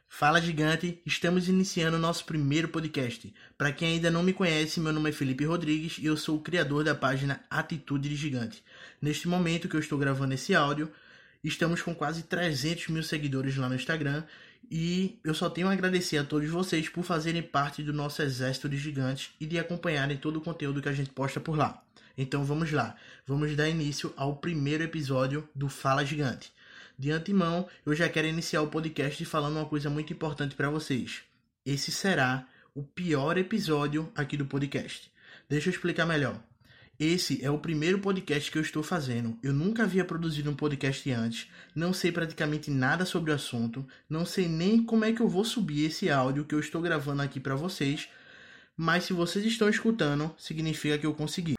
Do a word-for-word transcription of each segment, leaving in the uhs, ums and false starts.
Fala gigante, estamos iniciando o nosso primeiro podcast. Para quem ainda não me conhece, meu nome é Felipe Rodrigues e eu sou o criador da página Atitude de Gigante. Neste momento que eu estou gravando esse áudio, estamos com quase trezentos mil seguidores lá no Instagram e eu só tenho a agradecer a todos vocês por fazerem parte do nosso exército de gigantes e de acompanharem todo o conteúdo que a gente posta por lá. Então vamos lá, vamos dar início ao primeiro episódio do Fala Gigante. De antemão, eu já quero iniciar o podcast falando uma coisa muito importante para vocês. Esse será o pior episódio aqui do podcast. Deixa eu explicar melhor. Esse é o primeiro podcast que eu estou fazendo. Eu nunca havia produzido um podcast antes, não sei praticamente nada sobre o assunto, não sei nem como é que eu vou subir esse áudio que eu estou gravando aqui para vocês, mas se vocês estão escutando, significa que eu consegui.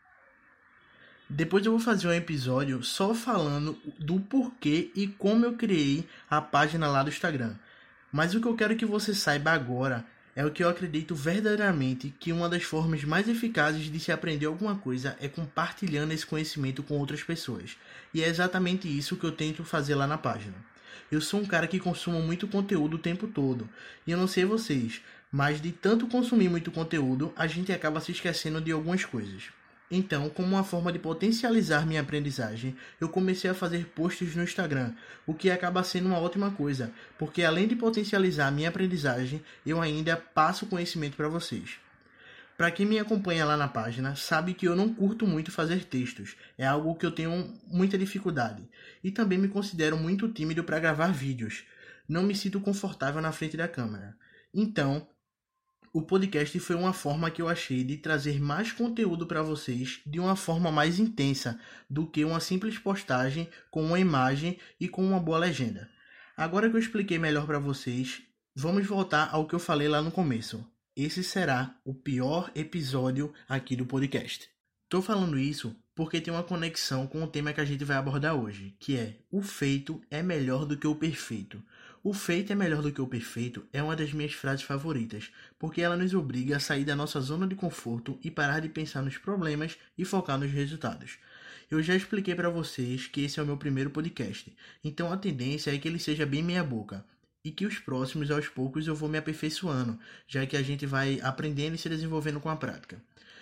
Depois eu vou fazer um episódio só falando do porquê e como eu criei a página lá do Instagram. Mas o que eu quero que você saiba agora é o que eu acredito verdadeiramente que uma das formas mais eficazes de se aprender alguma coisa é compartilhando esse conhecimento com outras pessoas. E é exatamente isso que eu tento fazer lá na página. Eu sou um cara que consuma muito conteúdo o tempo todo. E eu não sei vocês, mas de tanto consumir muito conteúdo, a gente acaba se esquecendo de algumas coisas. Então, como uma forma de potencializar minha aprendizagem, eu comecei a fazer posts no Instagram, o que acaba sendo uma ótima coisa, porque além de potencializar a minha aprendizagem, eu ainda passo conhecimento para vocês. Para quem me acompanha lá na página, sabe que eu não curto muito fazer textos, é algo que eu tenho muita dificuldade, e também me considero muito tímido para gravar vídeos, não me sinto confortável na frente da câmera. Então, o podcast foi uma forma que eu achei de trazer mais conteúdo para vocês de uma forma mais intensa do que uma simples postagem com uma imagem e com uma boa legenda. Agora que eu expliquei melhor para vocês, vamos voltar ao que eu falei lá no começo. Esse será o pior episódio aqui do podcast. Estou falando isso porque tem uma conexão com o tema que a gente vai abordar hoje, que é: o feito é melhor do que o perfeito. O feito é melhor do que o perfeito é uma das minhas frases favoritas, porque ela nos obriga a sair da nossa zona de conforto e parar de pensar nos problemas e focar nos resultados. Eu já expliquei para vocês que esse é o meu primeiro podcast, então a tendência é que ele seja bem meia boca, e que os próximos aos poucos eu vou me aperfeiçoando, já que a gente vai aprendendo e se desenvolvendo com a prática.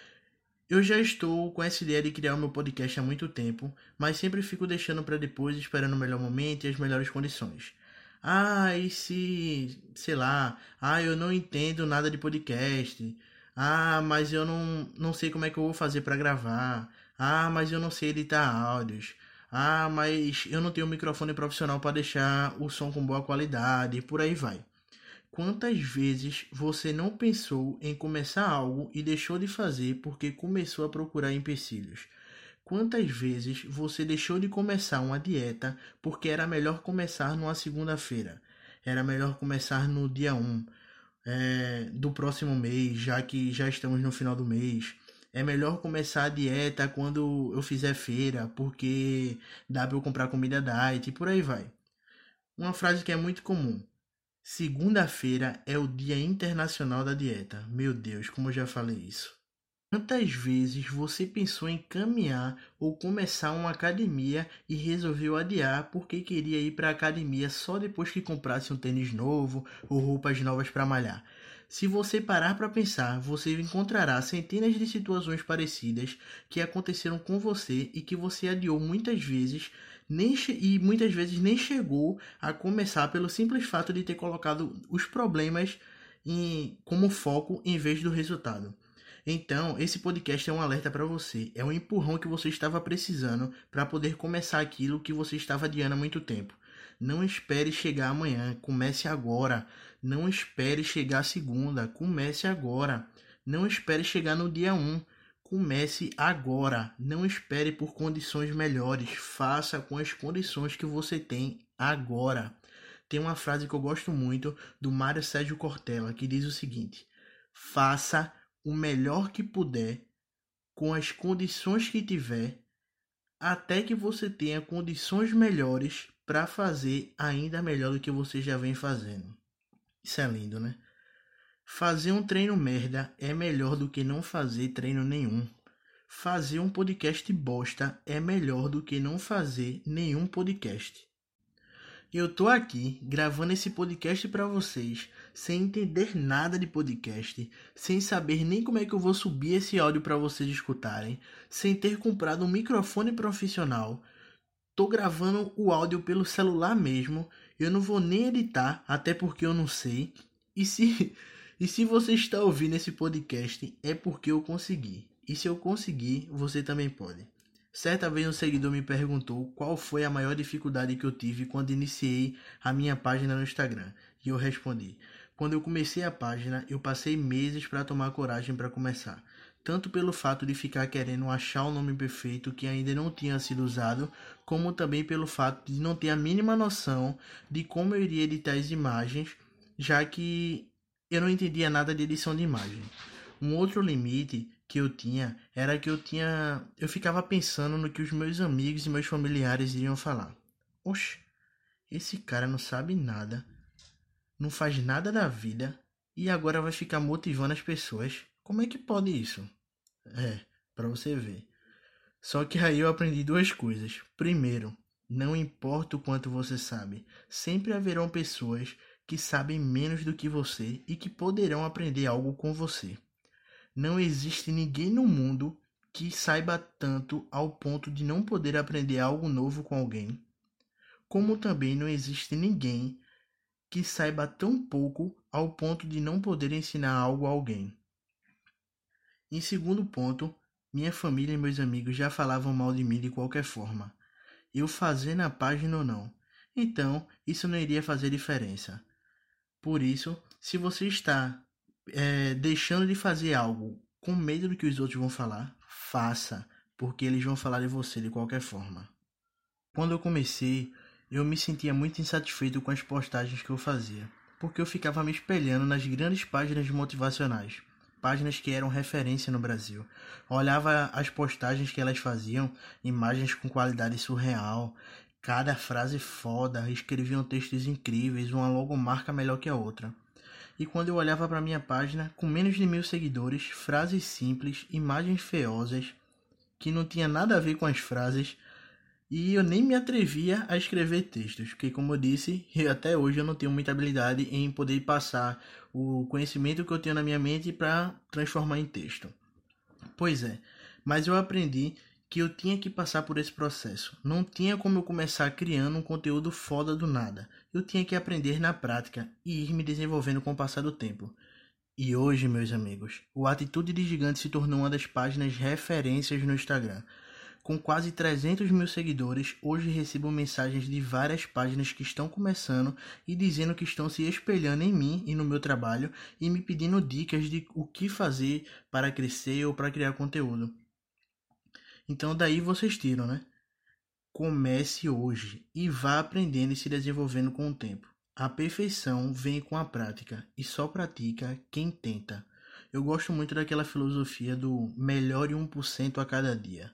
Eu já estou com essa ideia de criar o meu podcast há muito tempo, mas sempre fico deixando para depois, esperando o melhor momento e as melhores condições. Ah, e se, sei lá, ah, eu não entendo nada de podcast. Ah, mas eu não, não sei como é que eu vou fazer para gravar. Ah, mas eu não sei editar áudios. Ah, mas eu não tenho um microfone profissional para deixar o som com boa qualidade, e por aí vai. Quantas vezes você não pensou em começar algo e deixou de fazer porque começou a procurar empecilhos? Quantas vezes você deixou de começar uma dieta porque era melhor começar numa segunda-feira? Era melhor começar no dia um é, do próximo mês, já que já estamos no final do mês. É melhor começar a dieta quando eu fizer feira, porque dá para eu comprar comida diet e por aí vai. Uma frase que é muito comum: segunda-feira é o Dia Internacional da Dieta. Meu Deus, como eu já falei isso. Quantas vezes você pensou em caminhar ou começar uma academia e resolveu adiar porque queria ir para a academia só depois que comprasse um tênis novo ou roupas novas para malhar? Se você parar para pensar, você encontrará centenas de situações parecidas que aconteceram com você e que você adiou muitas vezes nem e muitas vezes nem chegou a começar pelo simples fato de ter colocado os problemas em, como foco em vez do resultado. Então, esse podcast é um alerta para você, é um empurrão que você estava precisando para poder começar aquilo que você estava adiando há muito tempo. Não espere chegar amanhã, comece agora. Não espere chegar segunda, comece agora. Não espere chegar no dia um, comece agora. Não espere por condições melhores, faça com as condições que você tem agora. Tem uma frase que eu gosto muito do Mário Sérgio Cortella que diz o seguinte: faça o melhor que puder, com as condições que tiver, até que você tenha condições melhores para fazer ainda melhor do que você já vem fazendo. Isso é lindo, né? Fazer um treino merda é melhor do que não fazer treino nenhum. Fazer um podcast bosta é melhor do que não fazer nenhum podcast. Eu tô aqui gravando esse podcast para vocês, sem entender nada de podcast, sem saber nem como é que eu vou subir esse áudio para vocês escutarem, sem ter comprado um microfone profissional. Tô gravando o áudio pelo celular mesmo, eu não vou nem editar, até porque eu não sei. E se, e se você está ouvindo esse podcast, é porque eu consegui. E se eu conseguir, você também pode. Certa vez um seguidor me perguntou qual foi a maior dificuldade que eu tive quando iniciei a minha página no Instagram. E eu respondi: quando eu comecei a página, eu passei meses para tomar coragem para começar. Tanto pelo fato de ficar querendo achar o nome perfeito que ainda não tinha sido usado, como também pelo fato de não ter a mínima noção de como eu iria editar as imagens, já que eu não entendia nada de edição de imagem. Um outro limite que eu tinha era que eu tinha, eu ficava pensando no que os meus amigos e meus familiares iriam falar. Oxe, esse cara não sabe nada, não faz nada da vida e agora vai ficar motivando as pessoas. Como é que pode isso? É, pra você ver. Só que aí eu aprendi duas coisas. Primeiro, não importa o quanto você sabe, sempre haverão pessoas que sabem menos do que você e que poderão aprender algo com você. Não existe ninguém no mundo que saiba tanto ao ponto de não poder aprender algo novo com alguém, como também não existe ninguém que saiba tão pouco ao ponto de não poder ensinar algo a alguém. Em segundo ponto, minha família e meus amigos já falavam mal de mim de qualquer forma, eu fazendo a página ou não. Então, isso não iria fazer diferença. Por isso, se você está é, deixando de fazer algo com medo do que os outros vão falar, faça, porque eles vão falar de você de qualquer forma. Quando eu comecei, eu me sentia muito insatisfeito com as postagens que eu fazia, porque eu ficava me espelhando nas grandes páginas motivacionais, páginas que eram referência no Brasil. Eu olhava as postagens que elas faziam, imagens com qualidade surreal, cada frase foda, escreviam textos incríveis, uma logomarca melhor que a outra. E quando eu olhava para minha página, com menos de mil seguidores, frases simples, imagens feiosas, que não tinha nada a ver com as frases, e eu nem me atrevia a escrever textos, porque como eu disse, até hoje eu não tenho muita habilidade em poder passar o conhecimento que eu tenho na minha mente para transformar em texto. Pois é, mas eu aprendi que eu tinha que passar por esse processo. Não tinha como eu começar criando um conteúdo foda do nada. Eu tinha que aprender na prática e ir me desenvolvendo com o passar do tempo. E hoje, meus amigos, o Atitude de Gigante se tornou uma das páginas referências no Instagram. Com quase trezentos mil seguidores, hoje recebo mensagens de várias páginas que estão começando e dizendo que estão se espelhando em mim e no meu trabalho e me pedindo dicas de o que fazer para crescer ou para criar conteúdo. Então daí vocês tiram, né? Comece hoje e vá aprendendo e se desenvolvendo com o tempo. A perfeição vem com a prática e só pratica quem tenta. Eu gosto muito daquela filosofia do melhore um por cento a cada dia,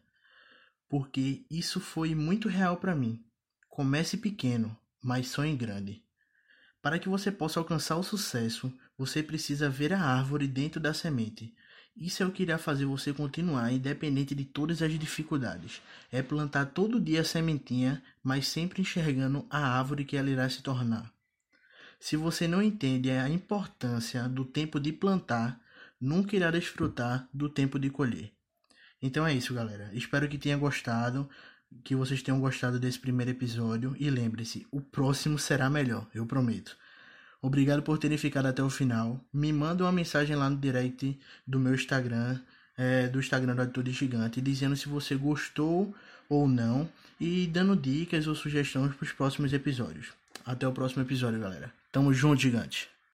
porque isso foi muito real para mim. Comece pequeno, mas sonhe grande. Para que você possa alcançar o sucesso, você precisa ver a árvore dentro da semente. Isso é o que irá fazer você continuar independente de todas as dificuldades. É plantar todo dia a sementinha, mas sempre enxergando a árvore que ela irá se tornar. Se você não entende a importância do tempo de plantar, nunca irá desfrutar do tempo de colher. Então é isso, galera. Espero que tenha gostado, que vocês tenham gostado desse primeiro episódio. E lembre-se, o próximo será melhor, eu prometo. Obrigado por terem ficado até o final. Me manda uma mensagem lá no direct do meu Instagram, é, do Instagram do Atitude Gigante, dizendo se você gostou ou não e dando dicas ou sugestões para os próximos episódios. Até o próximo episódio, galera. Tamo junto, gigante.